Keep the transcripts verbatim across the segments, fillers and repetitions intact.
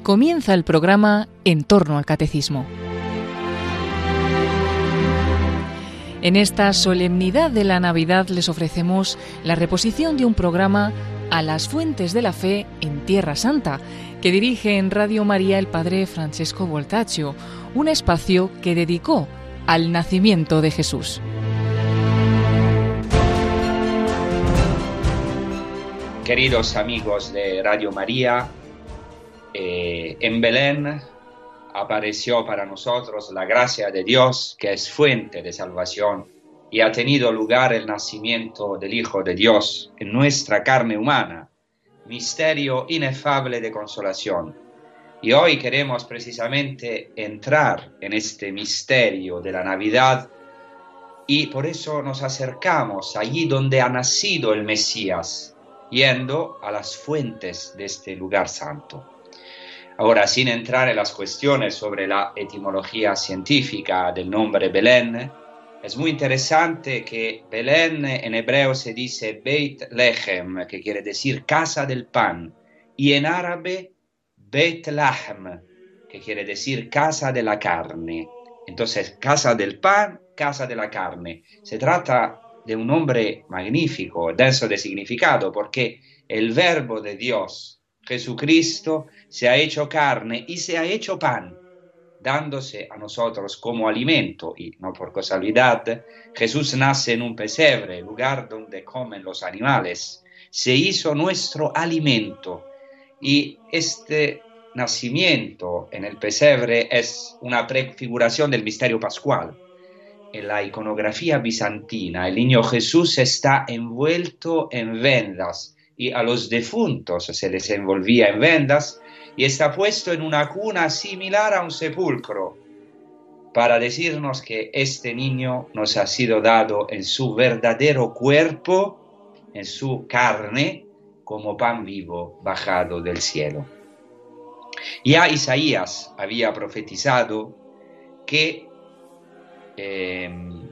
Comienza el programa En torno al Catecismo. En esta solemnidad de la Navidad les ofrecemos la reposición de un programa A las fuentes de la fe en Tierra Santa, que dirige en Radio María el padre Francesco Voltaccio, un espacio que dedicó al nacimiento de Jesús. Queridos amigos de Radio María, eh, en Belén apareció para nosotros la gracia de Dios, que es fuente de salvación, y ha tenido lugar el nacimiento del Hijo de Dios en nuestra carne humana, misterio inefable de consolación. Y hoy queremos precisamente entrar en este misterio de la Navidad, y por eso nos acercamos allí donde ha nacido el Mesías, yendo a las fuentes de este lugar santo. Ahora, sin entrar en las cuestiones sobre la etimología científica del nombre Belén, es muy interesante que Belén en hebreo se dice Beit Lechem, que quiere decir casa del pan, y en árabe Beit Lahm, que quiere decir casa de la carne. Entonces, casa del pan, casa de la carne. Se trata de un nombre magnífico, denso de significado, porque el verbo de Dios, Jesucristo, se ha hecho carne y se ha hecho pan, dándose a nosotros como alimento. Y no por casualidad, Jesús nace en un pesebre, lugar donde comen los animales. Se hizo nuestro alimento. Y este nacimiento en el pesebre es una prefiguración del misterio pascual. En la iconografía bizantina, el niño Jesús está envuelto en vendas, y a los difuntos se les envolvía en vendas, y está puesto en una cuna similar a un sepulcro, para decirnos que este niño nos ha sido dado en su verdadero cuerpo, en su carne, como pan vivo bajado del cielo. Ya Isaías había profetizado que eh,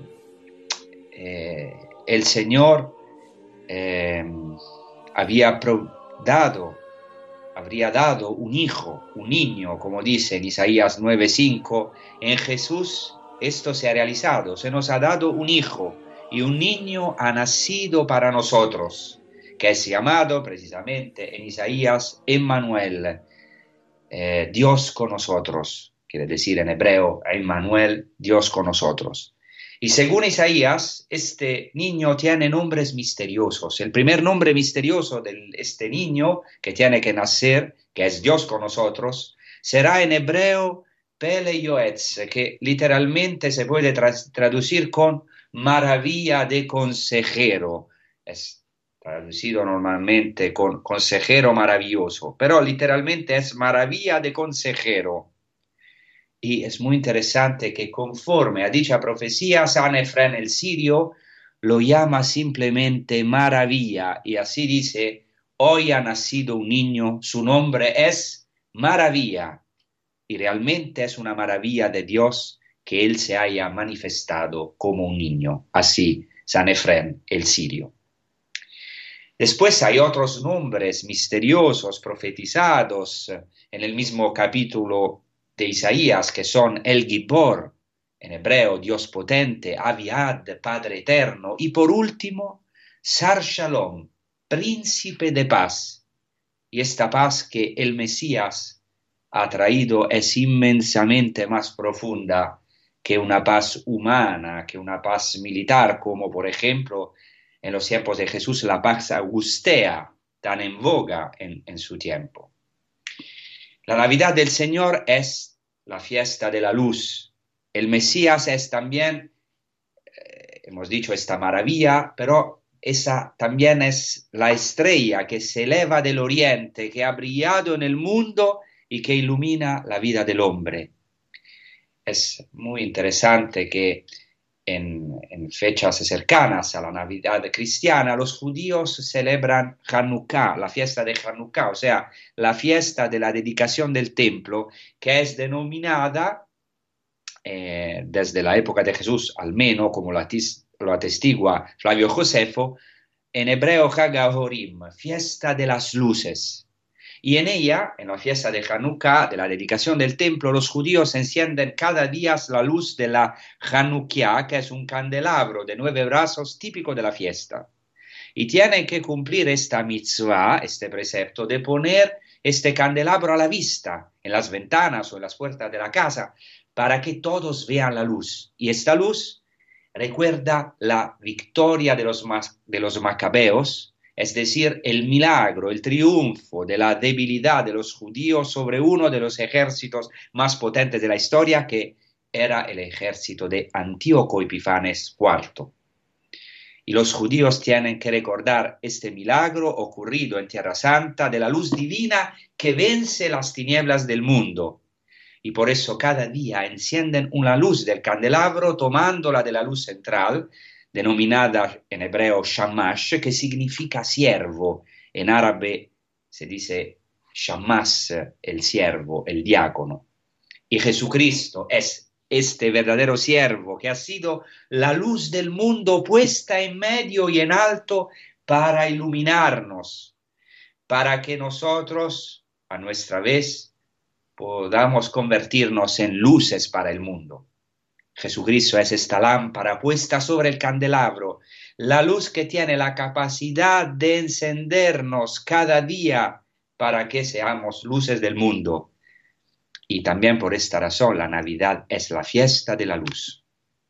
eh, el Señor eh, había dado, habría dado un hijo, un niño, como dice en Isaías nueve cinco. En Jesús esto se ha realizado, se nos ha dado un hijo, y un niño ha nacido para nosotros, que es llamado precisamente en Isaías Emmanuel, eh, Dios con nosotros, quiere decir en hebreo Emmanuel, Dios con nosotros. Y según Isaías, este niño tiene nombres misteriosos. El primer nombre misterioso de este niño que tiene que nacer, que es Dios con nosotros, será en hebreo Pele Yoetz, que literalmente se puede tra- traducir con maravilla de consejero. Es traducido normalmente con consejero maravilloso, pero literalmente es maravilla de consejero. Y es muy interesante que conforme a dicha profecía, San Efrén el Sirio lo llama simplemente maravilla, y así dice: hoy ha nacido un niño, su nombre es Maravilla. Y realmente es una maravilla de Dios que él se haya manifestado como un niño, así San Efrén el Sirio. Después hay otros nombres misteriosos profetizados en el mismo capítulo de Isaías, que son el Gibor, en hebreo Dios potente, Aviad, Padre eterno, y por último Sar Shalom, príncipe de paz. Y esta paz que el Mesías ha traído es inmensamente más profunda que una paz humana, que una paz militar, como por ejemplo en los tiempos de Jesús la paz augustea, tan en boga en, en su tiempo. La Navidad del Señor es la fiesta de la luz. El Mesías es también, eh, hemos dicho, esta maravilla, pero esa también es la estrella que se eleva del oriente, que ha brillado en el mundo y que ilumina la vida del hombre. Es muy interesante que en, en fechas cercanas a la Navidad cristiana, los judíos celebran Hanukkah, la fiesta de Hanukkah, o sea, la fiesta de la dedicación del templo, que es denominada, eh, desde la época de Jesús, al menos, como lo, atis, lo atestigua Flavio Josefo, en hebreo Hag HaOrim, fiesta de las luces. Y en ella, en la fiesta de Hanukkah, de la dedicación del templo, los judíos encienden cada día la luz de la Hanukkah, que es un candelabro de nueve brazos típico de la fiesta. Y tienen que cumplir esta mitzvah, este precepto, de poner este candelabro a la vista, en las ventanas o en las puertas de la casa, para que todos vean la luz. Y esta luz recuerda la victoria de los, de los macabeos, es decir, el milagro, el triunfo de la debilidad de los judíos sobre uno de los ejércitos más potentes de la historia, que era el ejército de Antíoco Epifanes cuarto. Y los judíos tienen que recordar este milagro ocurrido en Tierra Santa de la luz divina que vence las tinieblas del mundo. Y por eso cada día encienden una luz del candelabro tomándola de la luz central, denominada en hebreo shamash, que significa siervo. En árabe se dice shamas, el siervo, el diácono. Y Jesucristo es este verdadero siervo que ha sido la luz del mundo puesta en medio y en alto para iluminarnos, para que nosotros, a nuestra vez, podamos convertirnos en luces para el mundo. Jesucristo es esta lámpara puesta sobre el candelabro, la luz que tiene la capacidad de encendernos cada día para que seamos luces del mundo. Y también por esta razón la Navidad es la fiesta de la luz.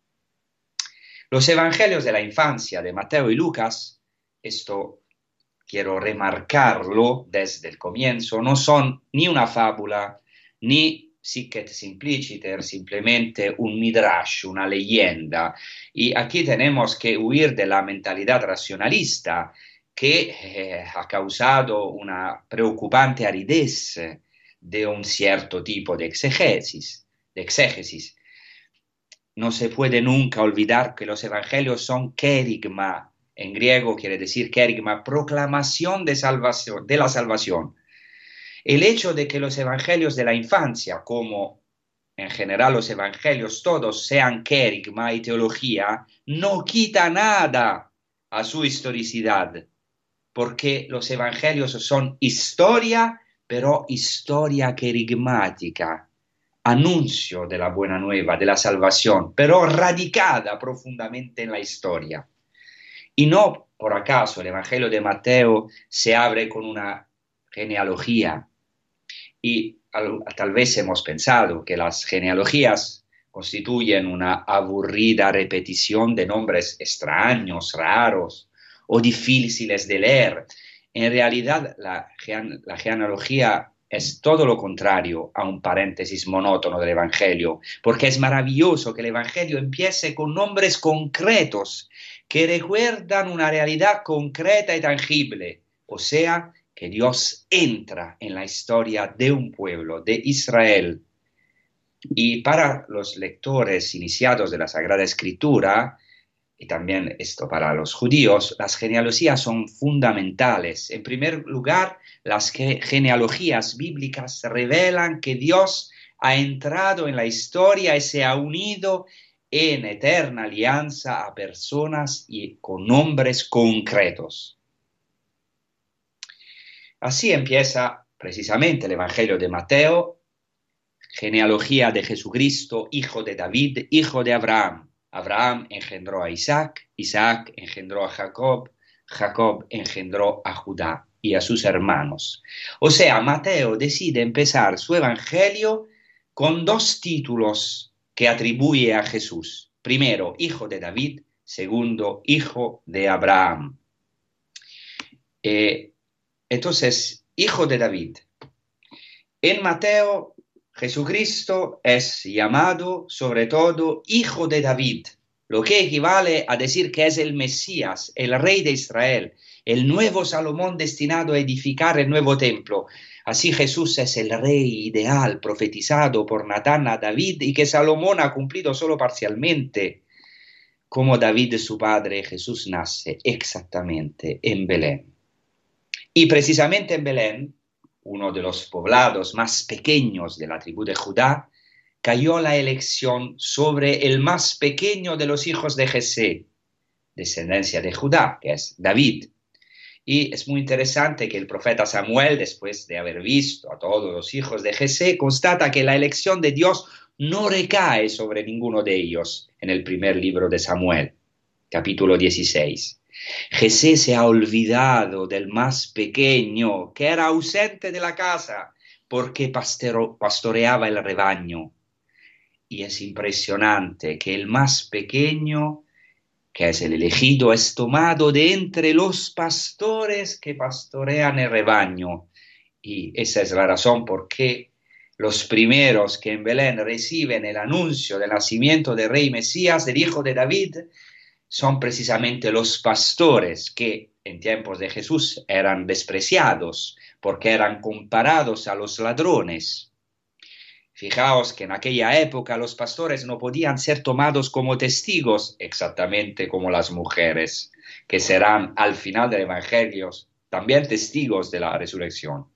Los evangelios de la infancia de Mateo y Lucas, esto quiero remarcarlo desde el comienzo, no son ni una fábula, ni sic et simpliciter, simplemente un midrash, una leyenda. Y aquí tenemos que huir de la mentalidad racionalista que eh, ha causado una preocupante aridez de un cierto tipo de exégesis, de exégesis. No se puede nunca olvidar que los evangelios son kerygma, en griego quiere decir kerygma, proclamación de, salvación, de la salvación. El hecho de que los evangelios de la infancia, como en general los evangelios todos, sean kerygma y teología, no quita nada a su historicidad, porque los evangelios son historia, pero historia kerygmática, anuncio de la buena nueva, de la salvación, pero radicada profundamente en la historia. Y no por acaso el Evangelio de Mateo se abre con una genealogía. Y tal vez hemos pensado que las genealogías constituyen una aburrida repetición de nombres extraños, raros o difíciles de leer. En realidad, la, la genealogía es todo lo contrario a un paréntesis monótono del Evangelio, porque es maravilloso que el Evangelio empiece con nombres concretos que recuerdan una realidad concreta y tangible, o sea, que Dios entra en la historia de un pueblo, de Israel. Y para los lectores iniciados de la Sagrada Escritura, y también esto para los judíos, las genealogías son fundamentales. En primer lugar, las genealogías bíblicas revelan que Dios ha entrado en la historia y se ha unido en eterna alianza a personas y con nombres concretos. Así empieza precisamente el Evangelio de Mateo, genealogía de Jesucristo, hijo de David, hijo de Abraham. Abraham engendró a Isaac, Isaac engendró a Jacob, Jacob engendró a Judá y a sus hermanos. O sea, Mateo decide empezar su Evangelio con dos títulos que atribuye a Jesús. Primero, hijo de David, segundo, hijo de Abraham. Eh, Entonces, hijo de David. En Mateo, Jesucristo es llamado sobre todo hijo de David, lo que equivale a decir que es el Mesías, el rey de Israel, el nuevo Salomón destinado a edificar el nuevo templo. Así Jesús es el rey ideal profetizado por Natán a David y que Salomón ha cumplido solo parcialmente. Como David su padre, Jesús nace exactamente en Belén. Y precisamente en Belén, uno de los poblados más pequeños de la tribu de Judá, cayó la elección sobre el más pequeño de los hijos de Jesé, descendencia de Judá, que es David. Y es muy interesante que el profeta Samuel, después de haber visto a todos los hijos de Jesé, constata que la elección de Dios no recae sobre ninguno de ellos en el primer libro de Samuel, capítulo dieciséis. Jesé se ha olvidado del más pequeño, que era ausente de la casa, porque pastero, pastoreaba el rebaño. Y es impresionante que el más pequeño, que es el elegido, es tomado de entre los pastores que pastorean el rebaño. Y esa es la razón por qué los primeros que en Belén reciben el anuncio del nacimiento del rey Mesías, del hijo de David, son precisamente los pastores que en tiempos de Jesús eran despreciados porque eran comparados a los ladrones. Fijaos que en aquella época los pastores no podían ser tomados como testigos exactamente como las mujeres, que serán al final del Evangelio también testigos de la resurrección.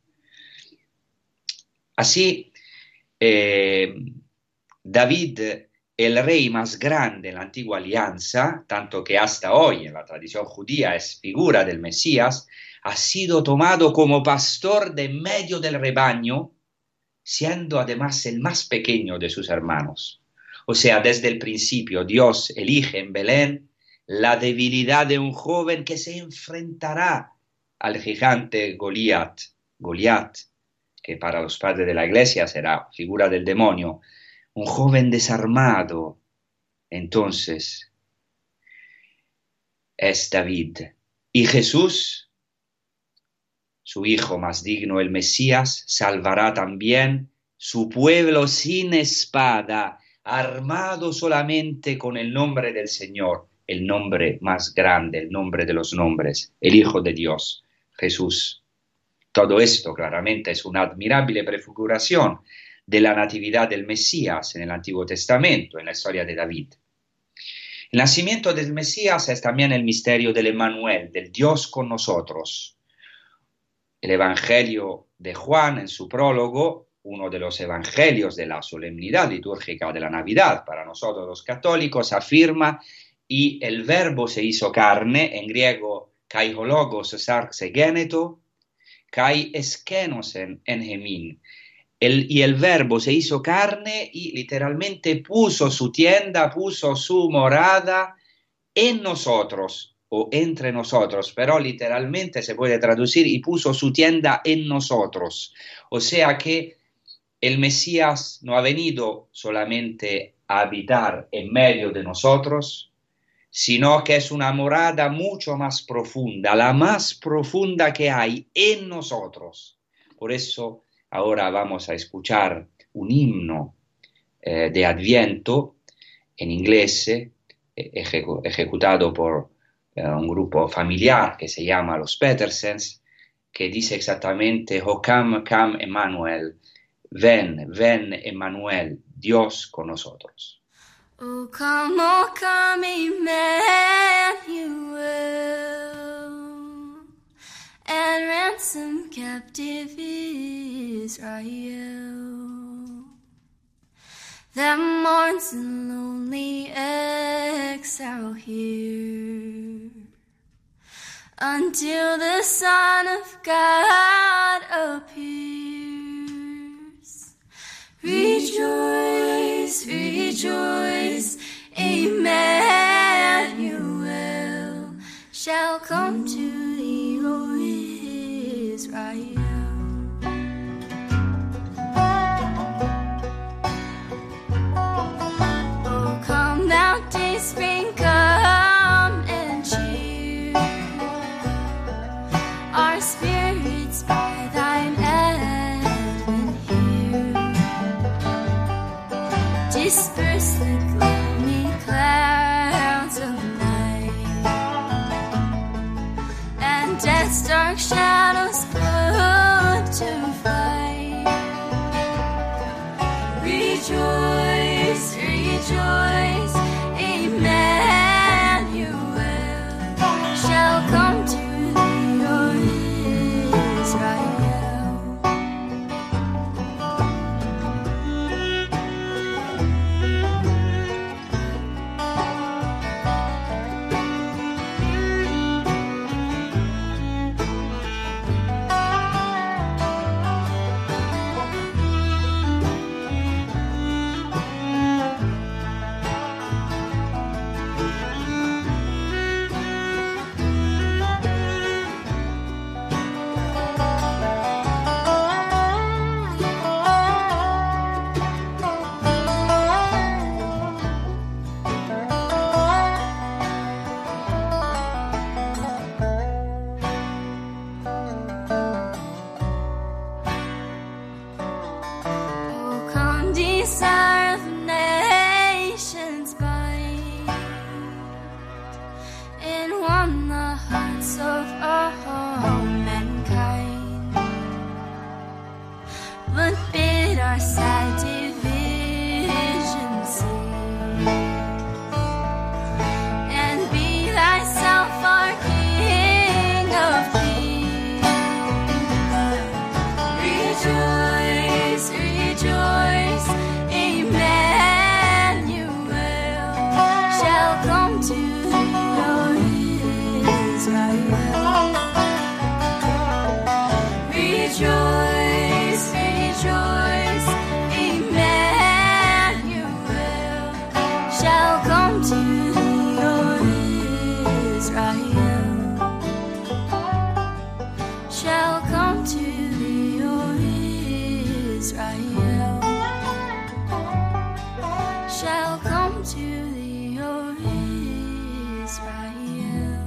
Así, eh, David, el rey más grande en la antigua alianza, tanto que hasta hoy en la tradición judía es figura del Mesías, ha sido tomado como pastor de medio del rebaño, siendo además el más pequeño de sus hermanos. O sea, desde el principio Dios elige en Belén la debilidad de un joven que se enfrentará al gigante Goliat, Goliat, que para los padres de la iglesia será figura del demonio, un joven desarmado. Entonces es David. Y Jesús, su hijo más digno, el Mesías, salvará también su pueblo sin espada, armado solamente con el nombre del Señor, el nombre más grande, el nombre de los nombres, el Hijo de Dios, Jesús. Todo esto claramente es una admirable prefiguración de la natividad del Mesías en el Antiguo Testamento, en la historia de David. El nacimiento del Mesías es también el misterio del Emmanuel, del Dios con nosotros. El Evangelio de Juan, en su prólogo, uno de los evangelios de la solemnidad litúrgica de la Navidad para nosotros los católicos, afirma: y el verbo se hizo carne, en griego kai ho logos sarxe geneto, kai eskenosen en gemin. El, y el verbo se hizo carne y literalmente puso su tienda, puso su morada en nosotros o entre nosotros, pero literalmente se puede traducir y puso su tienda en nosotros. O sea que el Mesías no ha venido solamente a habitar en medio de nosotros, sino que es una morada mucho más profunda, la más profunda que hay en nosotros. Por eso ahora vamos a escuchar un himno eh, de Adviento en inglés, eh, ejecu- ejecutado por eh, un grupo familiar que se llama Los Petersens, que dice exactamente: O come, come Emmanuel, ven, ven Emmanuel, Dios con nosotros. Oh come, oh come Emmanuel, and ransom captive Israel, that mourns in lonely exile here, until the Son of God appears. Rejoice, rejoice, Emmanuel shall come to thee, O Israel. Oh, come thou day spring, come and cheer our spirits by thine advent here. Disperse the gloomy clouds of night, and death's dark shadows put to flight. Rejoice, rejoice, Emmanuel shall come to thee, O Israel. our sad division see, and be thyself our King of peace. Rejoice, rejoice, Emmanuel shall come to your Israel. Rejoice, rejoice, Emmanuel shall come to your Israel. Shall come to your Israel. Shall come to your Israel.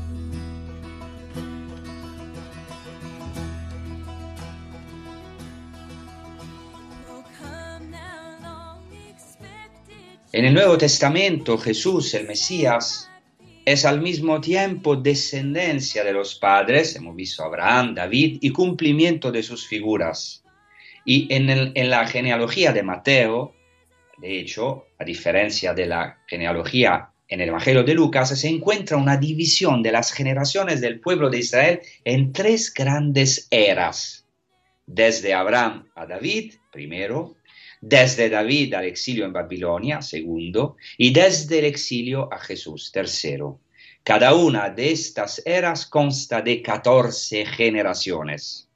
En el Nuevo Testamento, Jesús, el Mesías, es al mismo tiempo descendencia de los padres, hemos visto Abraham, David, y cumplimiento de sus figuras. Y en, el, en la genealogía de Mateo, de hecho, a diferencia de la genealogía en el Evangelio de Lucas, se encuentra una división de las generaciones del pueblo de Israel en tres grandes eras. Desde Abraham a David, primero, desde David al exilio en Babilonia, segundo, y desde el exilio a Jesús, tercero. Cada una de estas eras consta de catorce generaciones.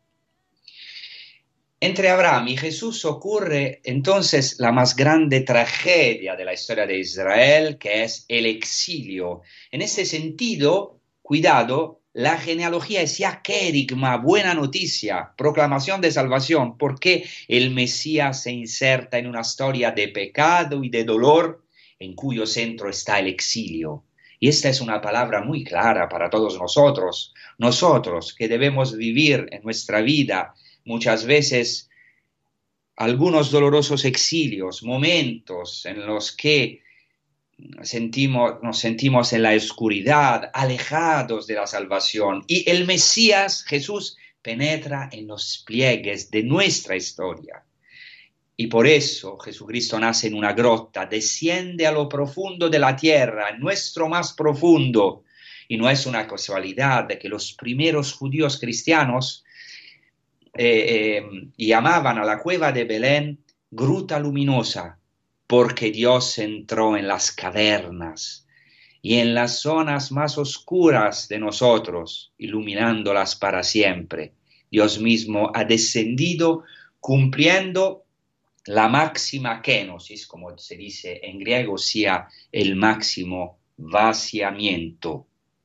Entre Abraham y Jesús ocurre entonces la más grande tragedia de la historia de Israel, que es el exilio. En ese sentido, cuidado, la genealogía es ya querigma, buena noticia, proclamación de salvación, porque el Mesías se inserta en una historia de pecado y de dolor en cuyo centro está el exilio. Y esta es una palabra muy clara para todos nosotros, nosotros que debemos vivir en nuestra vida muchas veces algunos dolorosos exilios, momentos en los que sentimos, nos sentimos en la oscuridad, alejados de la salvación. Y el Mesías, Jesús, penetra en los pliegues de nuestra historia. Y por eso Jesucristo nace en una grota, desciende a lo profundo de la tierra, en nuestro más profundo. Y no es una casualidad de que los primeros judíos cristianos eh, eh, llamaban a la cueva de Belén gruta luminosa, porque Dios entró en las cavernas y en las zonas más oscuras de nosotros, iluminándolas para siempre. Dios mismo ha descendido cumpliendo la máxima kenosis, como se dice en griego, o sea, el máximo vaciamiento.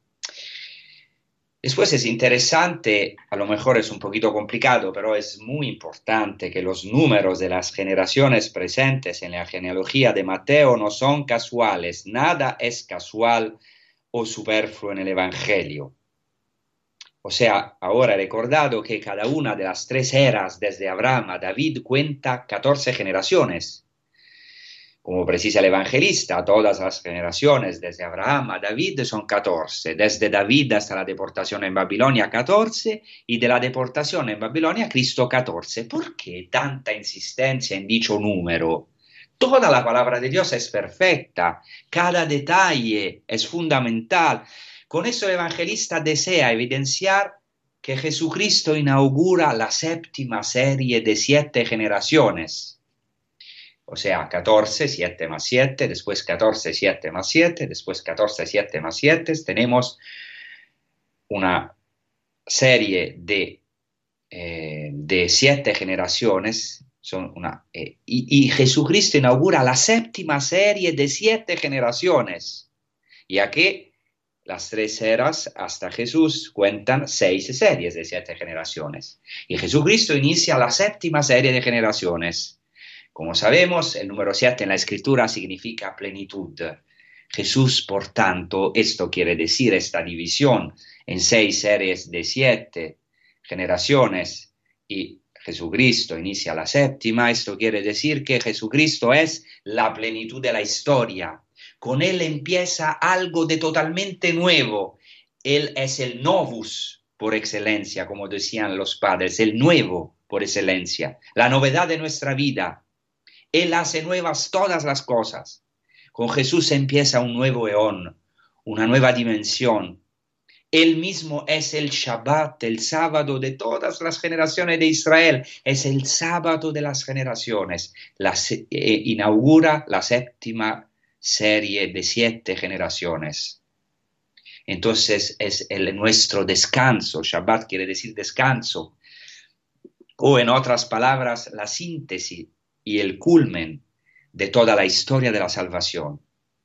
Después es interesante, a lo mejor es un poquito complicado, pero es muy importante que los números de las generaciones presentes en la genealogía de Mateo no son casuales. Nada es casual o superfluo en el Evangelio. O sea, ahora he recordado que cada una de las tres eras desde Abraham a David cuenta catorce generaciones. Como precisa el evangelista, todas las generaciones desde Abraham a David son catorce. Desde David hasta la deportación en Babilonia, catorce. Y de la deportación en Babilonia, Cristo, catorce. ¿Por qué tanta insistencia en dicho número? Toda la palabra de Dios es perfecta. Cada detalle es fundamental. Con eso el evangelista desea evidenciar que Jesucristo inaugura la séptima serie de siete generaciones. O sea, catorce, siete más siete, después catorce, siete más siete, después catorce, siete más siete. Tenemos una serie de, eh, de siete generaciones. Son una, eh, y, y Jesucristo inaugura la séptima serie de siete generaciones, ya que las tres eras hasta Jesús cuentan seis series de siete generaciones. Y Jesucristo inicia la séptima serie de generaciones. Como sabemos, el número siete en la Escritura significa plenitud. Jesús, por tanto, esto quiere decir esta división en seis series de siete generaciones y Jesucristo inicia la séptima. Esto quiere decir que Jesucristo es la plenitud de la historia. Con Él empieza algo de totalmente nuevo. Él es el novus por excelencia, como decían los padres, el nuevo por excelencia, la novedad de nuestra vida. Él hace nuevas todas las cosas. Con Jesús empieza un nuevo eón, una nueva dimensión. Él mismo es el Shabbat, el sábado de todas las generaciones de Israel. Es el sábado de las generaciones. La, eh, inaugura la séptima serie de siete generaciones. Entonces es el, nuestro descanso. Shabbat quiere decir descanso. O en otras palabras, la síntesis y el culmen de toda la historia de la salvación.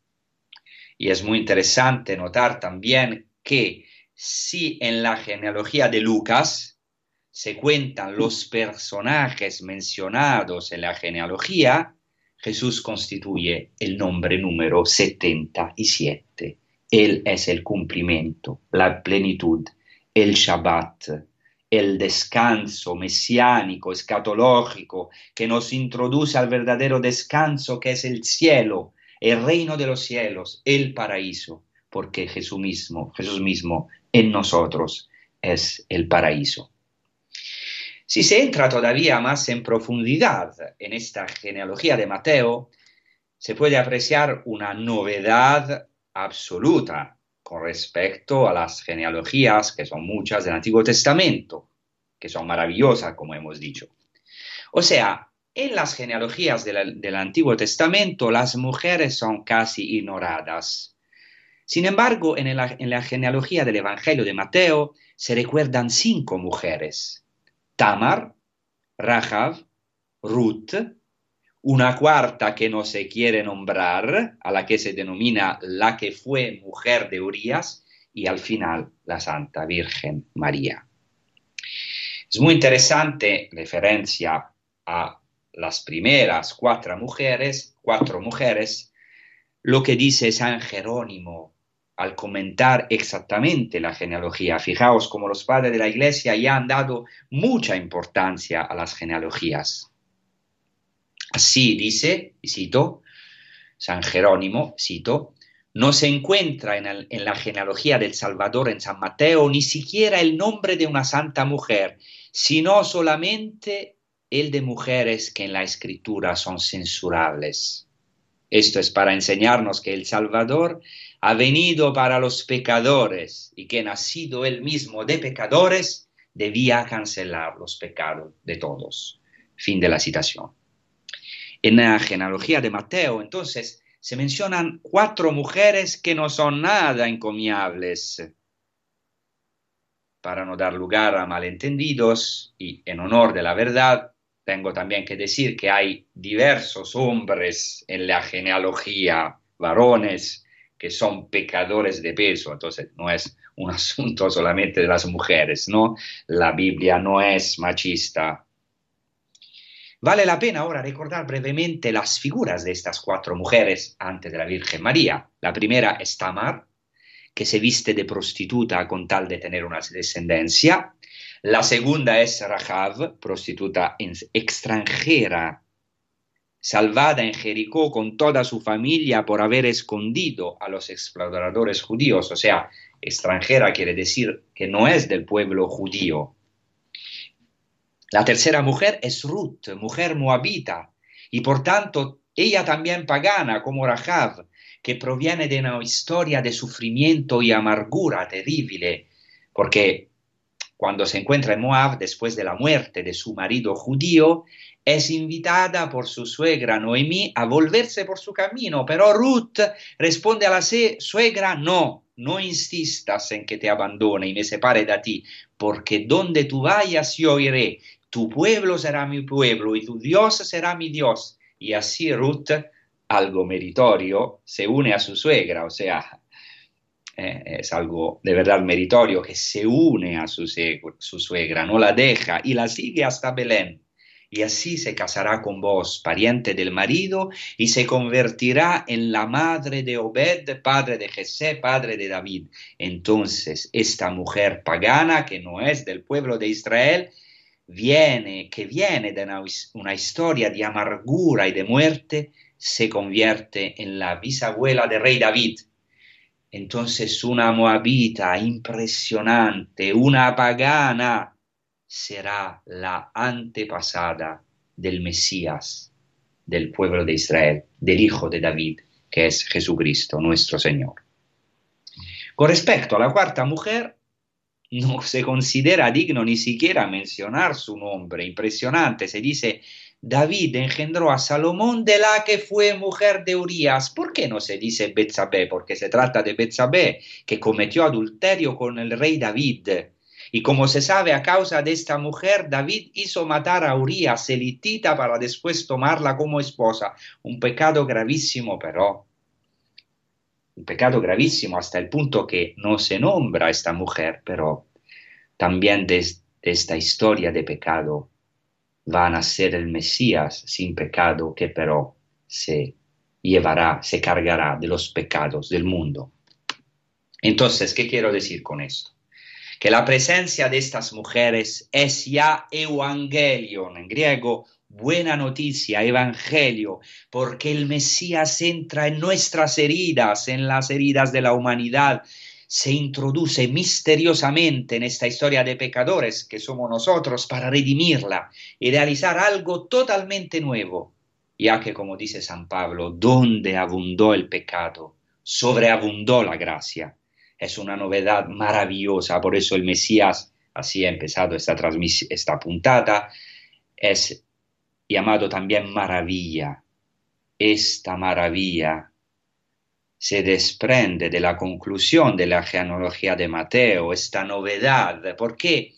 Y es muy interesante notar también que si en la genealogía de Lucas se cuentan los personajes mencionados en la genealogía, Jesús constituye el nombre número setenta y siete. Él es el cumplimiento, la plenitud, el Shabbat, el descanso mesiánico, escatológico, que nos introduce al verdadero descanso que es el cielo, el reino de los cielos, el paraíso, porque Jesús mismo, Jesús mismo en nosotros es el paraíso. Si se entra todavía más en profundidad en esta genealogía de Mateo, se puede apreciar una novedad absoluta con respecto a las genealogías, que son muchas del Antiguo Testamento, que son maravillosas, como hemos dicho. O sea, en las genealogías de la, del Antiguo Testamento, las mujeres son casi ignoradas. Sin embargo, en la, en la genealogía del Evangelio de Mateo se recuerdan cinco mujeres: Tamar, Rahab, Ruth, una cuarta que no se quiere nombrar, a la que se denomina la que fue mujer de Urías, y al final la Santa Virgen María. Es muy interesante referencia a las primeras cuatro mujeres, cuatro mujeres, lo que dice San Jerónimo al comentar exactamente la genealogía. Fijaos cómo los padres de la Iglesia ya han dado mucha importancia a las genealogías. Así dice, y cito, San Jerónimo, cito, no se encuentra en, el, en la genealogía del Salvador en San Mateo ni siquiera el nombre de una santa mujer, sino solamente el de mujeres que en la Escritura son censurables. Esto es para enseñarnos que el Salvador ha venido para los pecadores y que nacido él mismo de pecadores debía cancelar los pecados de todos. Fin de la citación. En la genealogía de Mateo, entonces, se mencionan cuatro mujeres que no son nada encomiables. Para no dar lugar a malentendidos y en honor de la verdad, tengo también que decir que hay diversos hombres en la genealogía, varones, que son pecadores de peso. Entonces no es un asunto solamente de las mujeres, ¿no? La Biblia no es machista. Vale la pena ahora recordar brevemente las figuras de estas cuatro mujeres antes de la Virgen María. La primera es Tamar, que se viste de prostituta con tal de tener una descendencia. La segunda es Rahab, prostituta extranjera, salvada en Jericó con toda su familia por haber escondido a los exploradores judíos. O sea, extranjera quiere decir que no es del pueblo judío. La tercera mujer es Ruth, mujer moabita, y por tanto ella también pagana como Rahab, que proviene de una historia de sufrimiento y amargura terrible, porque cuando se encuentra en Moab, después de la muerte de su marido judío, es invitada por su suegra Noemí a volverse por su camino, pero Ruth responde a la suegra: no, no insistas en que te abandone y me separe de ti, porque donde tú vayas yo iré, tu pueblo será mi pueblo y tu Dios será mi Dios. Y así Ruth, algo meritorio, se une a su suegra, o sea, eh, es algo de verdad meritorio que se une a su, su suegra, no la deja y la sigue hasta Belén. Y así se casará con vos, pariente del marido, y se convertirá en la madre de Obed, padre de Jesé, padre de David. Entonces, esta mujer pagana, que no es del pueblo de Israel, viene, que viene de una, una historia de amargura y de muerte, se convierte en la bisabuela del rey David. Entonces, una moabita impresionante, una pagana, será la antepasada del Mesías, del pueblo de Israel, del hijo de David, que es Jesucristo, nuestro Señor. Con respecto a la cuarta mujer, no se considera digno ni siquiera mencionar su nombre. Impresionante, se dice: David engendró a Salomón, de la que fue mujer de Urías. ¿Por qué no se dice Betsabé? Porque se trata de Betsabé, que cometió adulterio con el rey David. Y como se sabe, a causa de esta mujer, David hizo matar a Urías, elitita, para después tomarla como esposa. Un pecado gravísimo, pero un pecado gravísimo hasta el punto que no se nombra a esta mujer, pero también de, de esta historia de pecado va a nacer el Mesías sin pecado, que pero se llevará, se cargará de los pecados del mundo. Entonces, ¿qué quiero decir con esto? Que la presencia de estas mujeres es ya evangelion, en griego, buena noticia, evangelio, porque el Mesías entra en nuestras heridas, en las heridas de la humanidad, se introduce misteriosamente en esta historia de pecadores que somos nosotros para redimirla y realizar algo totalmente nuevo, ya que, como dice San Pablo, donde abundó el pecado, sobreabundó la gracia. Es una novedad maravillosa, por eso el Mesías, así ha empezado esta, transmisión, esta puntada, es llamado también maravilla. Esta maravilla se desprende de la conclusión de la genealogía de Mateo, esta novedad, porque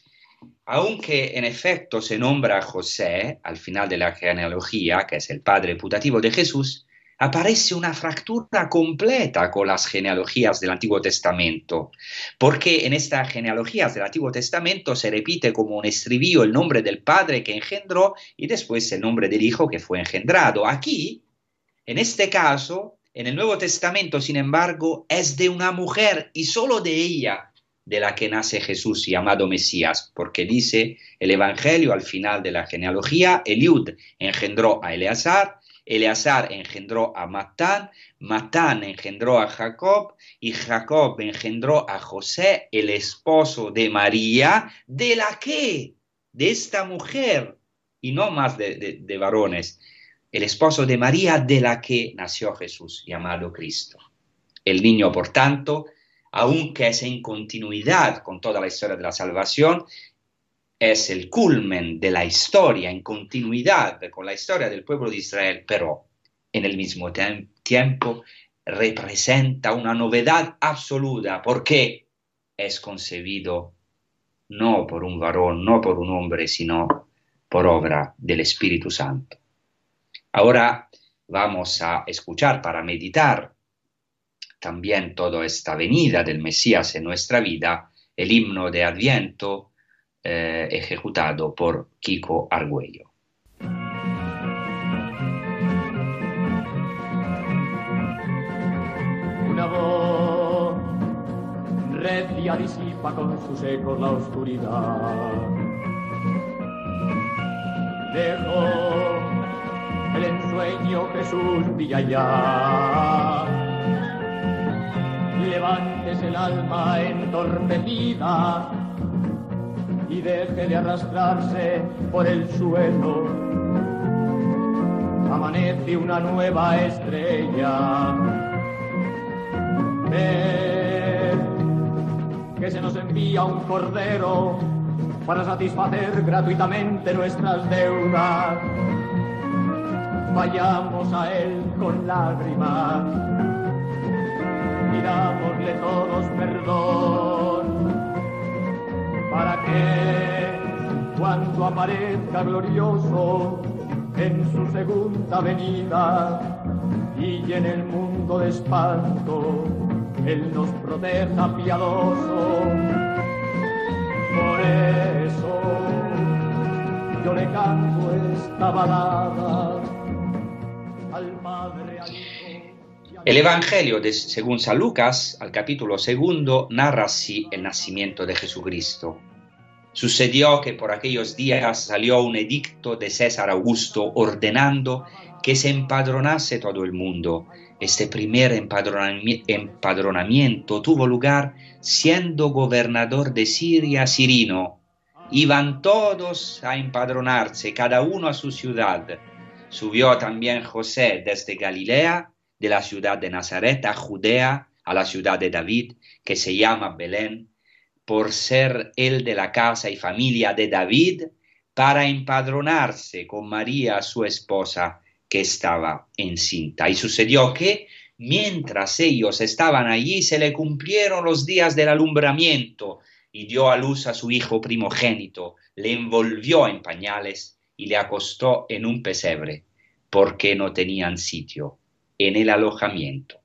aunque en efecto se nombra a José al final de la genealogía, que es el padre putativo de Jesús, aparece una fractura completa con las genealogías del Antiguo Testamento, porque en estas genealogías del Antiguo Testamento se repite como un estribillo el nombre del padre que engendró y después el nombre del hijo que fue engendrado. Aquí, en este caso, en el Nuevo Testamento, sin embargo, es de una mujer y solo de ella de la que nace Jesús llamado Mesías, porque dice el Evangelio al final de la genealogía: Eliud engendró a Eleazar, Eleazar engendró a Matán, Matán engendró a Jacob, y Jacob engendró a José, el esposo de María, de la que, de esta mujer, y no más de, de, de varones, el esposo de María, de la que nació Jesús, llamado Cristo. El niño, por tanto, aunque es en continuidad con toda la historia de la salvación, es el culmen de la historia, en continuidad con la historia del pueblo de Israel, pero en el mismo tem- tiempo representa una novedad absoluta, porque es concebido no por un varón, no por un hombre, sino por obra del Espíritu Santo. Ahora vamos a escuchar, para meditar también toda esta venida del Mesías en nuestra vida, el himno de Adviento, Eh, ejecutado por Kiko Argüello. Una voz recia disipa con sus ecos la oscuridad. Dejó el ensueño Jesús brilla ya. Levántese el alma entorpecida y deje de arrastrarse por el suelo. Amanece una nueva estrella. Ve que se nos envía un cordero para satisfacer gratuitamente nuestras deudas. Vayamos a él con lágrimas, pidámosle todos perdón, para que cuando aparezca glorioso en su segunda venida y llene el mundo de espanto, Él nos proteja piadoso. Por eso yo le canto esta balada al Padre, al Hijo y al... El Evangelio de, según San Lucas, al capítulo segundo, narra así el nacimiento de Jesucristo. Sucedió que por aquellos días salió un edicto de César Augusto ordenando que se empadronase todo el mundo. Este primer empadronami- empadronamiento tuvo lugar siendo gobernador de Siria Cirino. Iban todos a empadronarse, cada uno a su ciudad. Subió también José desde Galilea, de la ciudad de Nazaret, a Judea, a la ciudad de David, que se llama Belén, por ser él de la casa y familia de David, para empadronarse con María, su esposa, que estaba encinta. Y sucedió que, mientras ellos estaban allí, se le cumplieron los días del alumbramiento, y dio a luz a su hijo primogénito, le envolvió en pañales y le acostó en un pesebre, porque no tenían sitio en el alojamiento.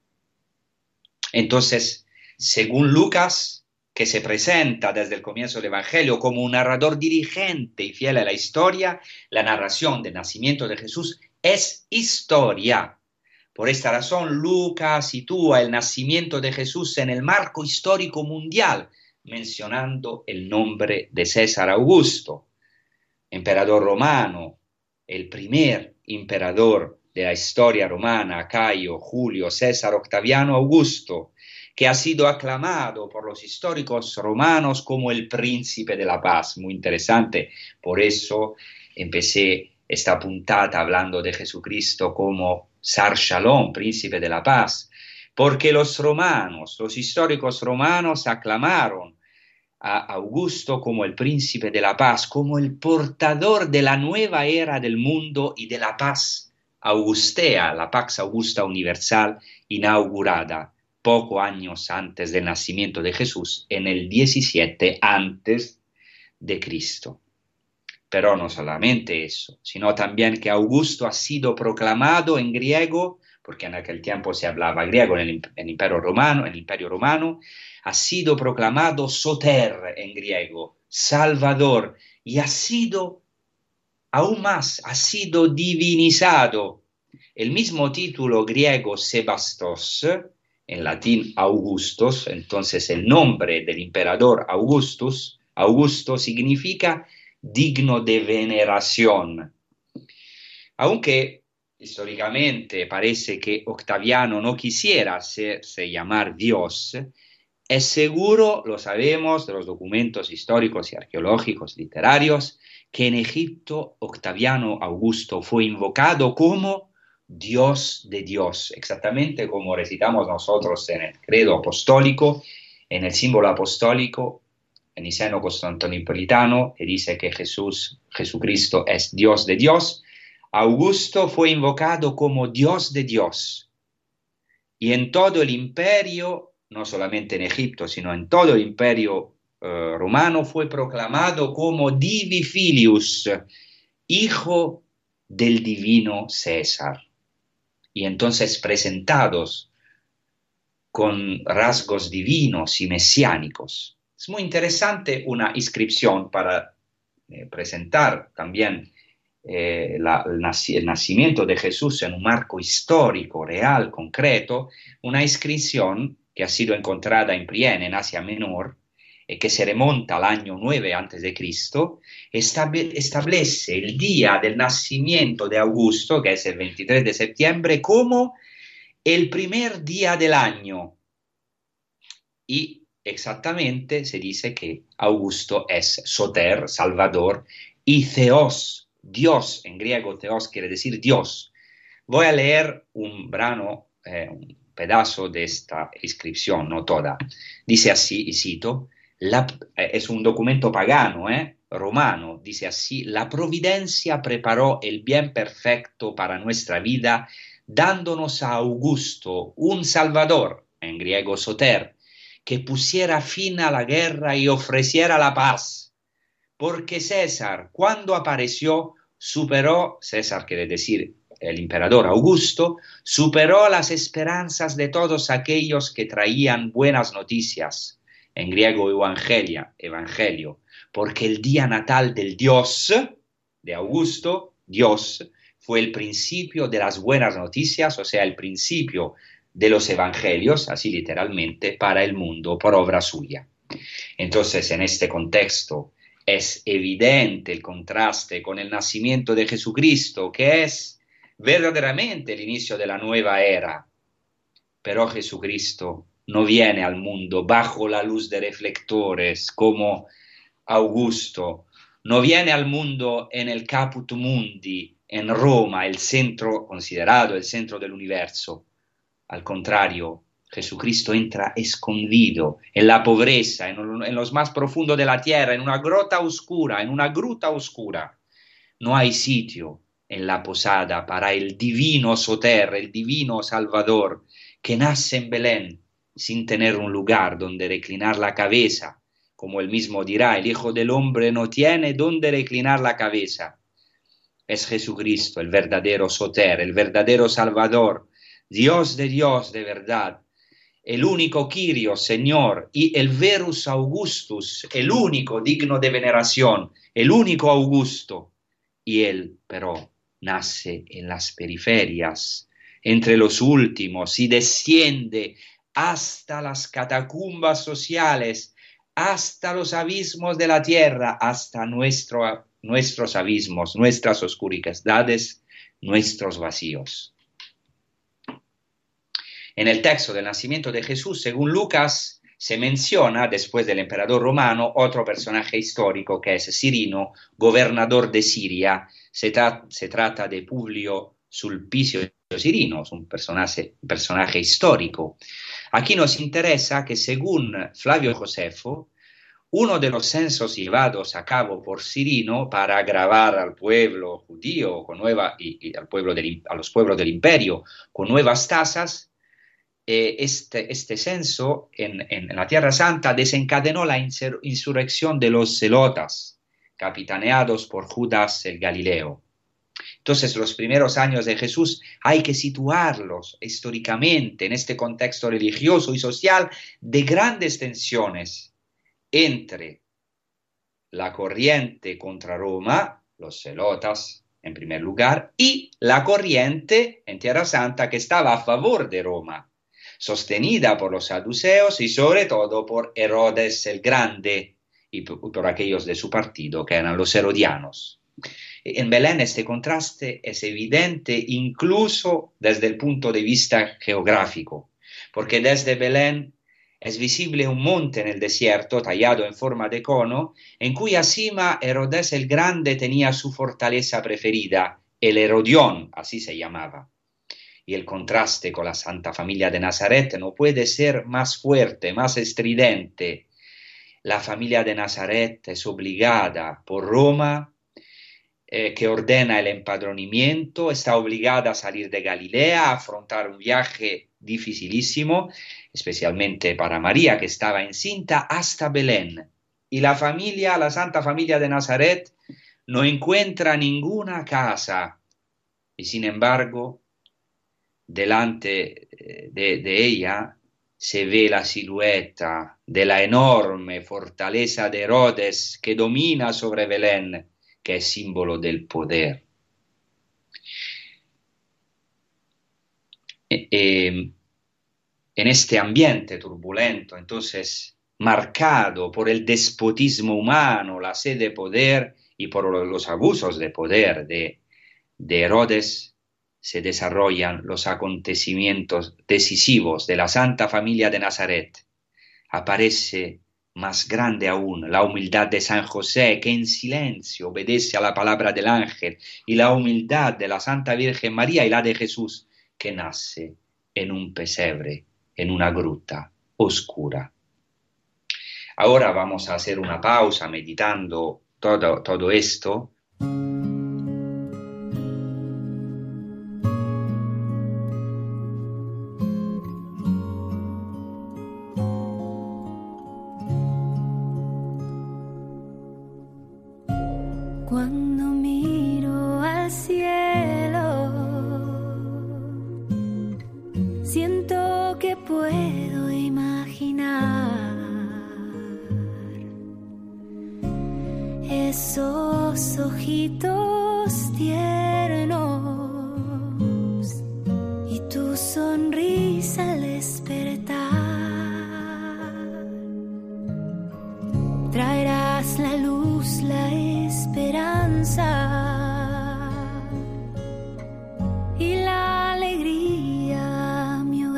Entonces, según Lucas, que se presenta desde el comienzo del Evangelio como un narrador diligente y fiel a la historia, la narración del nacimiento de Jesús es historia. Por esta razón, Lucas sitúa el nacimiento de Jesús en el marco histórico mundial, mencionando el nombre de César Augusto, emperador romano, el primer emperador de la historia romana, Cayo Julio César Octaviano Augusto, que ha sido aclamado por los históricos romanos como el príncipe de la paz. Muy interesante, por eso empecé esta puntada hablando de Jesucristo como Sar Shalom, príncipe de la paz, porque los romanos, los históricos romanos aclamaron a Augusto como el príncipe de la paz, como el portador de la nueva era del mundo y de la paz augustea, la Pax Augusta Universal, inaugurada pocos años antes del nacimiento de Jesús, en el diecisiete antes de Cristo. Pero no solamente eso, sino también que Augusto ha sido proclamado en griego, porque en aquel tiempo se hablaba griego en el, en el Imperio Romano, en el Imperio Romano, ha sido proclamado Soter en griego, Salvador, y ha sido aún más, ha sido divinizado. El mismo título griego Sebastos, en latín Augustus, entonces el nombre del emperador Augustus, Augusto significa digno de veneración. Aunque históricamente parece que Octaviano no quisiera hacerse llamar Dios, es seguro, lo sabemos de los documentos históricos y arqueológicos literarios, que en Egipto Octaviano Augusto fue invocado como Dios de Dios, exactamente como recitamos nosotros en el credo apostólico, en el símbolo apostólico, en Niceno Constantinopolitano, que dice que Jesús, Jesucristo es Dios de Dios. Augusto fue invocado como Dios de Dios. Y en todo el imperio, no solamente en Egipto, sino en todo el imperio eh, romano, fue proclamado como Divi Filius, hijo del divino César. Y entonces presentados con rasgos divinos y mesiánicos. Es muy interesante una inscripción para eh, presentar también eh, la, el, nac- el nacimiento de Jesús en un marco histórico, real, concreto, una inscripción que ha sido encontrada en Priene, en Asia Menor, eh, que se remonta al año nueve antes de Cristo, estable- establece el día del nacimiento de Augusto, que es el veintitrés de septiembre, como el primer día del año. Y exactamente se dice que Augusto es Soter, Salvador, y Theos, Dios, en griego Theos quiere decir Dios. Voy a leer un brano, eh, un pedazo de esta inscripción, no toda. Dice así, y cito, la, eh, es un documento pagano, eh, romano, dice así: la providencia preparó el bien perfecto para nuestra vida, dándonos a Augusto un Salvador, en griego Soter, que pusiera fin a la guerra y ofreciera la paz. Porque César, cuando apareció, superó, César quiere decir el emperador Augusto, superó las esperanzas de todos aquellos que traían buenas noticias, en griego evangelia, evangelio, porque el día natal del Dios, de Augusto, Dios, fue el principio de las buenas noticias, o sea, el principio de los evangelios, así literalmente, para el mundo, por obra suya. Entonces, en este contexto, es evidente el contraste con el nacimiento de Jesucristo, que es verdaderamente el inicio de la nueva era. Pero Jesucristo no viene al mundo bajo la luz de reflectores, como Augusto no viene al mundo en el Caput Mundi, en Roma, el centro considerado el centro del universo. Al contrario, Jesucristo entra escondido en la pobreza, en, en los más profundos de la tierra, en una grota oscura, en una gruta oscura. No hay sitio en la posada para el divino Soter, el divino Salvador, que nace en Belén sin tener un lugar donde reclinar la cabeza. Como él mismo dirá, el Hijo del Hombre no tiene donde reclinar la cabeza. Es Jesucristo, el verdadero Soter, el verdadero Salvador, Dios de Dios de verdad, el único Kyrios, Señor, y el Verus Augustus, el único digno de veneración, el único Augusto. Y él, pero, nace en las periferias, entre los últimos, y desciende hasta las catacumbas sociales, hasta los abismos de la tierra, hasta nuestro, nuestros abismos, nuestras oscuridades, nuestros vacíos. En el texto del nacimiento de Jesús, según Lucas, se menciona, después del emperador romano, otro personaje histórico que es Cirino, gobernador de Siria. Se, tra- se trata de Publio Sulpicio Cirino, un personaje, un personaje histórico. Aquí nos interesa que, según Flavio Josefo, uno de los censos llevados a cabo por Cirino para grabar al pueblo judío con nueva, y, y al pueblo del, a los pueblos del imperio con nuevas tasas, Este, este censo en, en la Tierra Santa desencadenó la insur- insurrección de los celotas, capitaneados por Judas el Galileo. Entonces, los primeros años de Jesús hay que situarlos históricamente en este contexto religioso y social de grandes tensiones entre la corriente contra Roma, los celotas en primer lugar, y la corriente en Tierra Santa que estaba a favor de Roma, sostenida por los saduceos y sobre todo por Herodes el Grande y por, por aquellos de su partido que eran los herodianos. En Belén este contraste es evidente incluso desde el punto de vista geográfico, porque desde Belén es visible un monte en el desierto tallado en forma de cono, en cuya cima Herodes el Grande tenía su fortaleza preferida, el Herodión, así se llamaba. Y el contraste con la Santa Familia de Nazaret no puede ser más fuerte, más estridente. La familia de Nazaret es obligada por Roma, eh, que ordena el empadronamiento, está obligada a salir de Galilea, a afrontar un viaje dificilísimo, especialmente para María, que estaba encinta, hasta Belén. Y la familia, la Santa Familia de Nazaret, no encuentra ninguna casa. Y sin embargo, delante de, de ella se ve la silueta de la enorme fortaleza de Herodes que domina sobre Belén, que es símbolo del poder. E, e, en este ambiente turbulento, entonces, marcado por el despotismo humano, la sed de poder y por los abusos de poder de, de Herodes, se desarrollan los acontecimientos decisivos de la Santa Familia de Nazaret. Aparece más grande aún la humildad de San José, que en silencio obedece a la palabra del ángel, y la humildad de la Santa Virgen María y la de Jesús, que nace en un pesebre, en una gruta oscura. Ahora vamos a hacer una pausa meditando todo, todo esto. Cuando miro al cielo, siento que puedo imaginar esos ojitos tiernos y tu sonrisa al despertar. Traerás la luz, la esperanza y la alegría a mi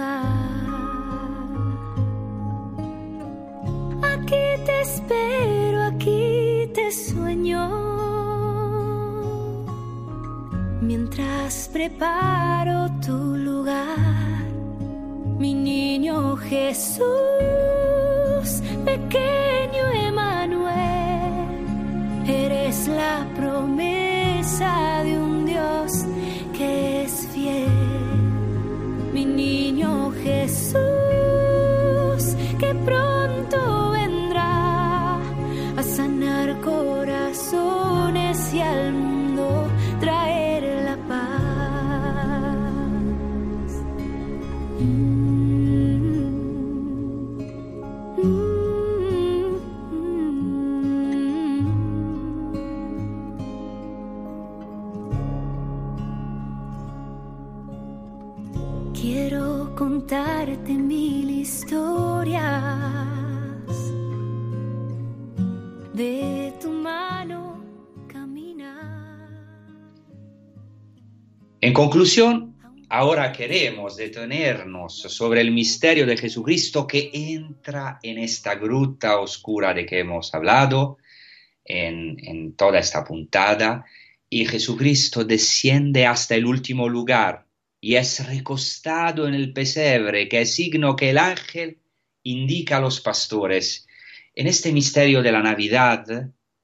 hogar. Aquí te espero, aquí mientras preparo tu lugar. Mi niño Jesús, pequeño Emmanuel, eres la promesa de un Dios que es fiel. Mi niño Jesús, que pronto vendrá a sanar corazones y al mundo traer la paz. Mm. Quiero contarte mil historias de tu mano caminar. En conclusión, ahora queremos detenernos sobre el misterio de Jesucristo que entra en esta gruta oscura de que hemos hablado, en, en toda esta puntada, y Jesucristo desciende hasta el último lugar y es recostado en el pesebre, que es signo que el ángel indica a los pastores. En este misterio de la Navidad,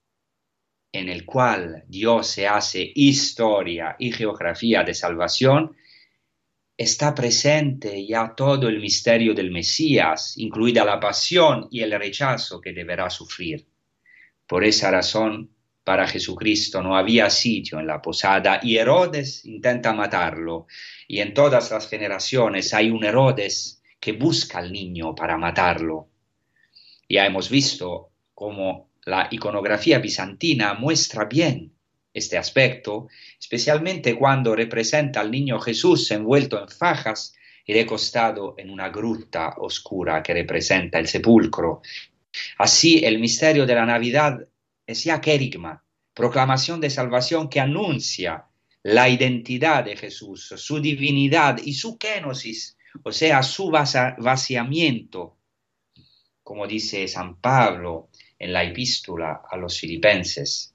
en el cual Dios se hace historia y geografía de salvación, está presente ya todo el misterio del Mesías, incluida la pasión y el rechazo que deberá sufrir. Por esa razón, para Jesucristo no había sitio en la posada y Herodes intenta matarlo. Y en todas las generaciones hay un Herodes que busca al niño para matarlo. Ya hemos visto cómo la iconografía bizantina muestra bien este aspecto, especialmente cuando representa al niño Jesús envuelto en fajas y recostado en una gruta oscura que representa el sepulcro. Así, el misterio de la Navidad es ya querigma, proclamación de salvación que anuncia la identidad de Jesús, su divinidad y su kenosis, o sea, su vaciamiento, como dice San Pablo en la epístola a los filipenses.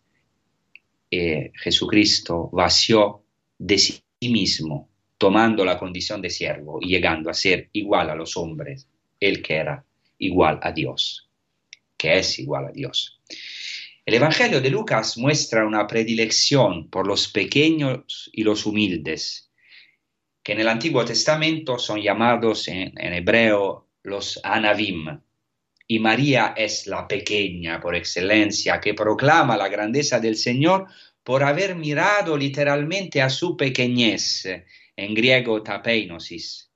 Eh, Jesucristo vació de sí mismo, tomando la condición de siervo y llegando a ser igual a los hombres, él que era igual a Dios, que es igual a Dios. El Evangelio de Lucas muestra una predilección por los pequeños y los humildes, que en el Antiguo Testamento son llamados en, en hebreo los anavim, y María es la pequeña por excelencia que proclama la grandeza del Señor por haber mirado literalmente a su pequeñez, en griego tapeinosis.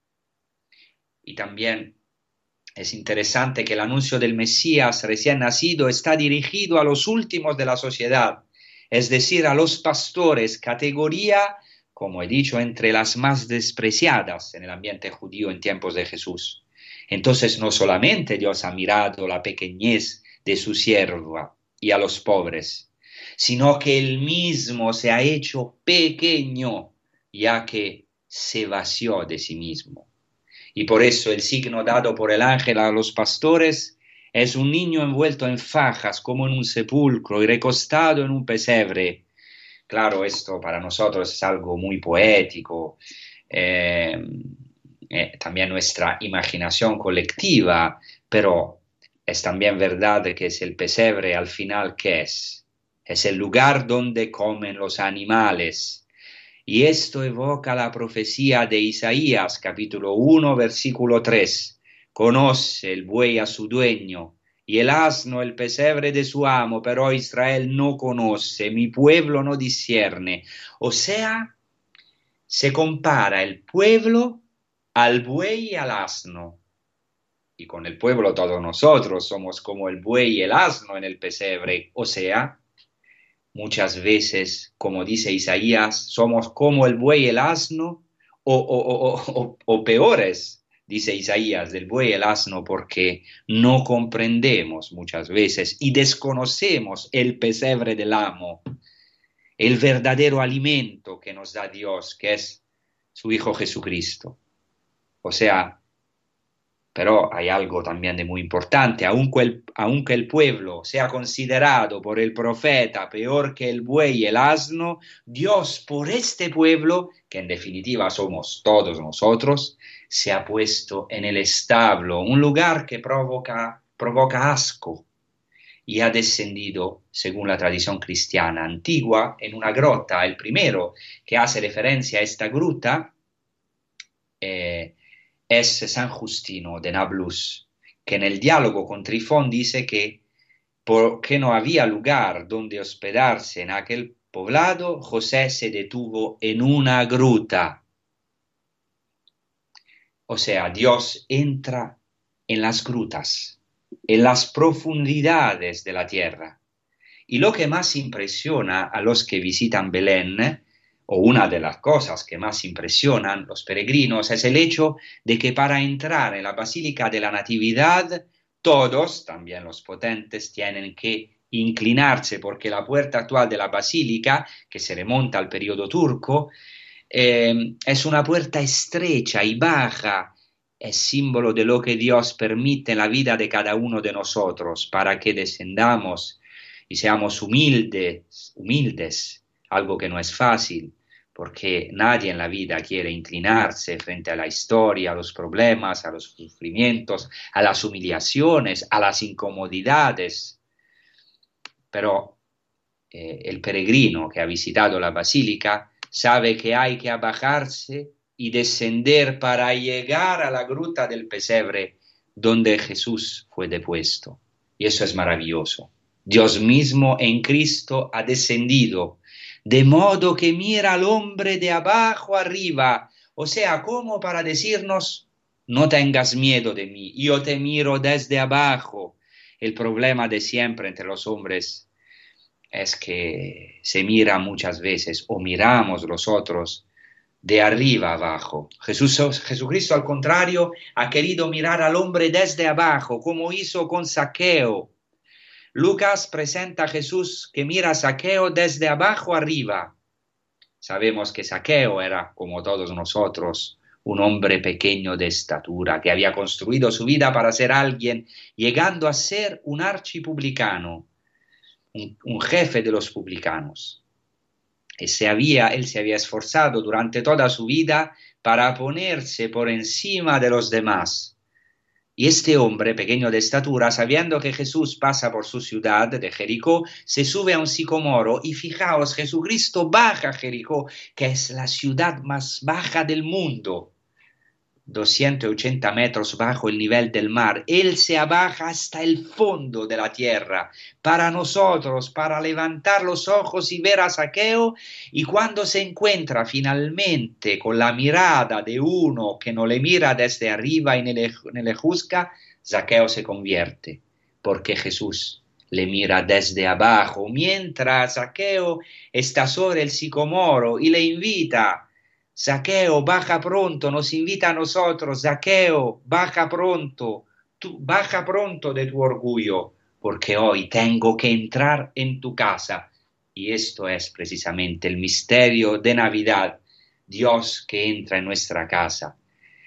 Y también es interesante que el anuncio del Mesías recién nacido está dirigido a los últimos de la sociedad, es decir, a los pastores, categoría, como he dicho, entre las más despreciadas en el ambiente judío en tiempos de Jesús. Entonces no solamente Dios ha mirado la pequeñez de su sierva y a los pobres, sino que Él mismo se ha hecho pequeño, ya que se vació de sí mismo. Y por eso el signo dado por el ángel a los pastores es un niño envuelto en fajas como en un sepulcro y recostado en un pesebre. Claro, esto para nosotros es algo muy poético, eh, eh, también nuestra imaginación colectiva, pero es también verdad que es el pesebre al final, ¿qué es? Es el lugar donde comen los animales. Y esto evoca la profecía de Isaías, capítulo uno, versículo tres. Conoce el buey a su dueño, y el asno el pesebre de su amo, pero Israel no conoce, mi pueblo no discierne. O sea, se compara el pueblo al buey y al asno. Y con el pueblo todos nosotros somos como el buey y el asno en el pesebre, o sea, muchas veces, como dice Isaías, somos como el buey y el asno, o, o, o, o, o peores, dice Isaías, del buey y el asno, porque no comprendemos muchas veces y desconocemos el pesebre del amo, el verdadero alimento que nos da Dios, que es su Hijo Jesucristo. O sea, Pero hay algo también de muy importante, aunque el, aunque el pueblo sea considerado por el profeta peor que el buey y el asno, Dios por este pueblo, que en definitiva somos todos nosotros, se ha puesto en el establo, un lugar que provoca, provoca asco, y ha descendido, según la tradición cristiana antigua, en una grota. El primero que hace referencia a esta gruta eh, es San Justino de Nablus, que en el diálogo con Trifón dice que porque no había lugar donde hospedarse en aquel poblado, José se detuvo en una gruta. O sea, Dios entra en las grutas, en las profundidades de la tierra. Y lo que más impresiona a los que visitan Belén, o una de las cosas que más impresionan los peregrinos, es el hecho de que para entrar en la Basílica de la Natividad, todos, también los potentes, tienen que inclinarse, porque la puerta actual de la Basílica, que se remonta al periodo turco, eh, es una puerta estrecha y baja, es símbolo de lo que Dios permite en la vida de cada uno de nosotros, para que descendamos y seamos humildes, humildes, algo que no es fácil, porque nadie en la vida quiere inclinarse frente a la historia, a los problemas, a los sufrimientos, a las humillaciones, a las incomodidades. Pero eh, el peregrino que ha visitado la basílica sabe que hay que abajarse y descender para llegar a la gruta del pesebre donde Jesús fue depuesto. Y eso es maravilloso. Dios mismo en Cristo ha descendido, de modo que mira al hombre de abajo arriba, o sea, como para decirnos, no tengas miedo de mí, yo te miro desde abajo. El problema de siempre entre los hombres es que se mira muchas veces, o miramos los otros, de arriba abajo. Jesús, Jesucristo, al contrario, ha querido mirar al hombre desde abajo, como hizo con Zaqueo. Lucas presenta a Jesús que mira a Zaqueo desde abajo arriba. Sabemos que Zaqueo era, como todos nosotros, un hombre pequeño de estatura, que había construido su vida para ser alguien, llegando a ser un archipublicano, un, un jefe de los publicanos. Y se había, él se había esforzado durante toda su vida para ponerse por encima de los demás. Y este hombre, pequeño de estatura, sabiendo que Jesús pasa por su ciudad de Jericó, se sube a un sicomoro y fijaos, Jesucristo baja a Jericó, que es la ciudad más baja del mundo, doscientos ochenta metros bajo el nivel del mar. Él se abaja hasta el fondo de la tierra para nosotros, para levantar los ojos y ver a Zaqueo, y cuando se encuentra finalmente con la mirada de uno que no le mira desde arriba y no le, no le juzga, Zaqueo se convierte, porque Jesús le mira desde abajo, mientras Zaqueo está sobre el sicomoro y le invita. Zaqueo, baja pronto, nos invita a nosotros. Zaqueo, baja pronto, tú, baja pronto de tu orgullo, porque hoy tengo que entrar en tu casa. Y esto es precisamente el misterio de Navidad, Dios que entra en nuestra casa.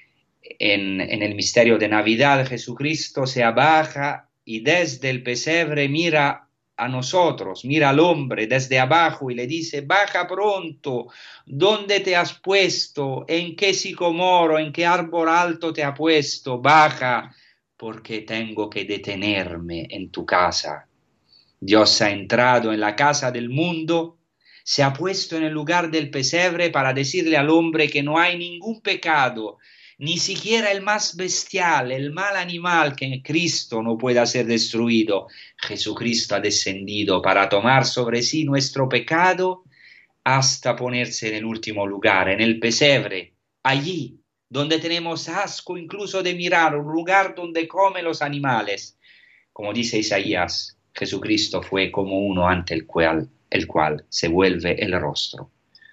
En, en el misterio de Navidad, Jesucristo se abaja y desde el pesebre mira a nosotros, mira al hombre desde abajo y le dice, baja pronto, ¿dónde te has puesto? ¿En qué sicomoro, en qué árbol alto te ha puesto? Baja, porque tengo que detenerme en tu casa. Dios ha entrado en la casa del mundo, se ha puesto en el lugar del pesebre para decirle al hombre que no hay ningún pecado, ni siquiera el más bestial, el mal animal, que en Cristo no pueda ser destruido. Jesucristo ha descendido para tomar sobre sí nuestro pecado hasta ponerse en el último lugar, en el pesebre, allí donde tenemos asco incluso de mirar, un lugar donde comen los animales. Como dice Isaías, Jesucristo fue como uno ante el cual, el cual se vuelve el rostro.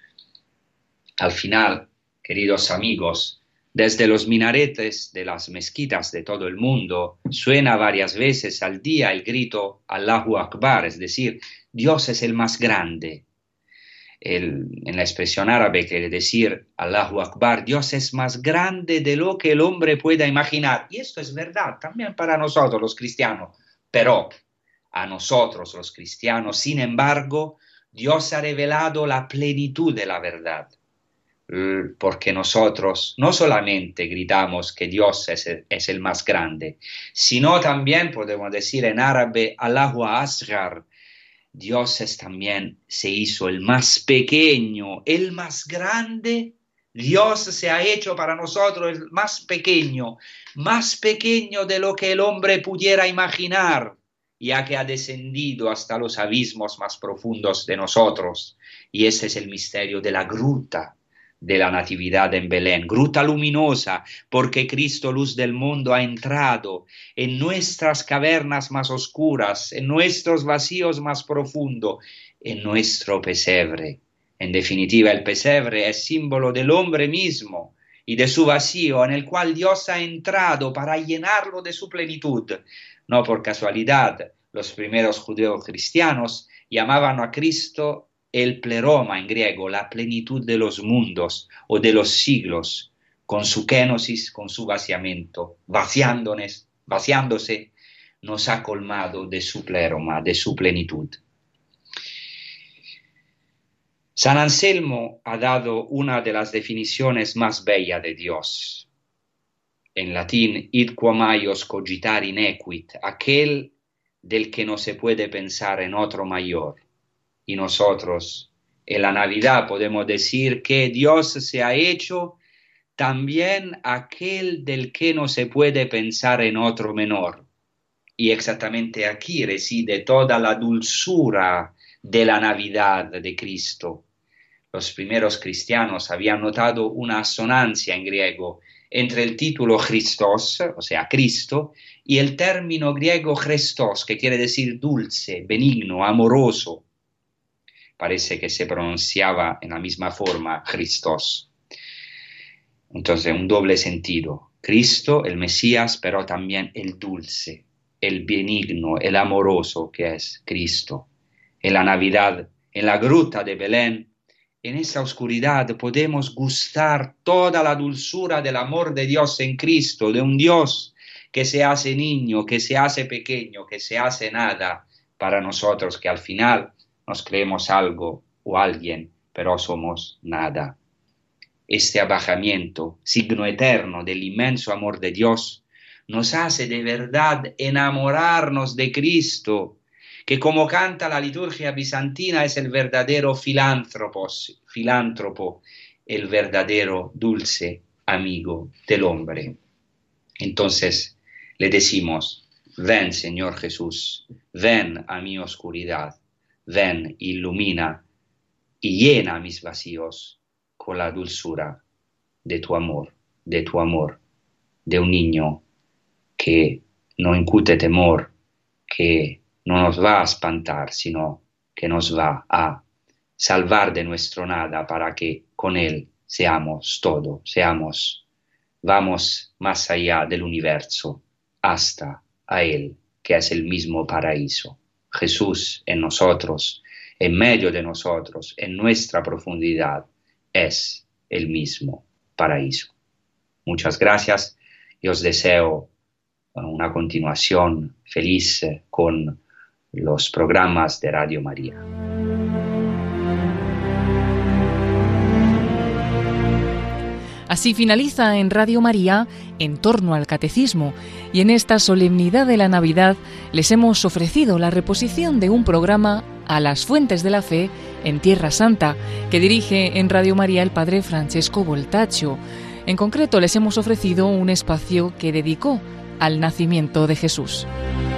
Al final, queridos amigos, desde los minaretes de las mezquitas de todo el mundo suena varias veces al día el grito Allahu Akbar, es decir, Dios es el más grande. el, en la expresión árabe quiere decir Allahu Akbar, Dios es más grande de lo que el hombre pueda imaginar. Y esto es verdad también para nosotros los cristianos, pero a nosotros los cristianos, sin embargo, Dios ha revelado la plenitud de la verdad, porque nosotros no solamente gritamos que Dios es el, es el más grande, sino también podemos decir en árabe Allahu Asghar, Dios es también se hizo el más pequeño, el más grande. Dios se ha hecho para nosotros el más pequeño, más pequeño de lo que el hombre pudiera imaginar, ya que ha descendido hasta los abismos más profundos de nosotros. Y ese es el misterio de la gruta de la Natividad en Belén, gruta luminosa, porque Cristo, luz del mundo, ha entrado en nuestras cavernas más oscuras, en nuestros vacíos más profundos, en nuestro pesebre. En definitiva, el pesebre es símbolo del hombre mismo y de su vacío, en el cual Dios ha entrado para llenarlo de su plenitud. No por casualidad, los primeros judíos cristianos llamaban a Cristo el pleroma en griego, la plenitud de los mundos o de los siglos, con su kénosis, con su vaciamiento, vaciándonos, vaciándose, nos ha colmado de su pleroma, de su plenitud. San Anselmo ha dado una de las definiciones más bellas de Dios. En latín, id quam maius cogitari nequit, aquel del que no se puede pensar en otro mayor. Y nosotros en la Navidad podemos decir que Dios se ha hecho también aquel del que no se puede pensar en otro menor. Y exactamente aquí reside toda la dulzura de la Navidad de Cristo. Los primeros cristianos habían notado una asonancia en griego entre el título Christos, o sea, Cristo, y el término griego Christos, que quiere decir dulce, benigno, amoroso. Parece que se pronunciaba en la misma forma Christos. Entonces, un doble sentido. Cristo, el Mesías, pero también el dulce, el benigno, el amoroso que es Cristo. En la Navidad, en la gruta de Belén, en esa oscuridad podemos gustar toda la dulzura del amor de Dios en Cristo, de un Dios que se hace niño, que se hace pequeño, que se hace nada para nosotros, que al final nos creemos algo o alguien, pero somos nada. Este abajamiento, signo eterno del inmenso amor de Dios, nos hace de verdad enamorarnos de Cristo, que como canta la liturgia bizantina es el verdadero filántropo, filántropo, el verdadero dulce amigo del hombre. Entonces le decimos, ven Señor Jesús, ven a mi oscuridad, ven, ilumina y llena mis vacíos con la dulzura de tu amor, de tu amor, de un niño que no incute temor, que no nos va a espantar, sino que nos va a salvar de nuestro nada para que con él seamos todo, seamos, vamos más allá del universo, hasta a él, que es el mismo paraíso. Jesús en nosotros, en medio de nosotros, en nuestra profundidad, es el mismo paraíso. Muchas gracias y os deseo una continuación feliz con los programas de Radio María. Así finaliza en Radio María En torno al Catecismo, y en esta solemnidad de la Navidad les hemos ofrecido la reposición de un programa A las Fuentes de la Fe en Tierra Santa, que dirige en Radio María el Padre Francesco Voltaccio. En concreto les hemos ofrecido un espacio que dedicó al nacimiento de Jesús.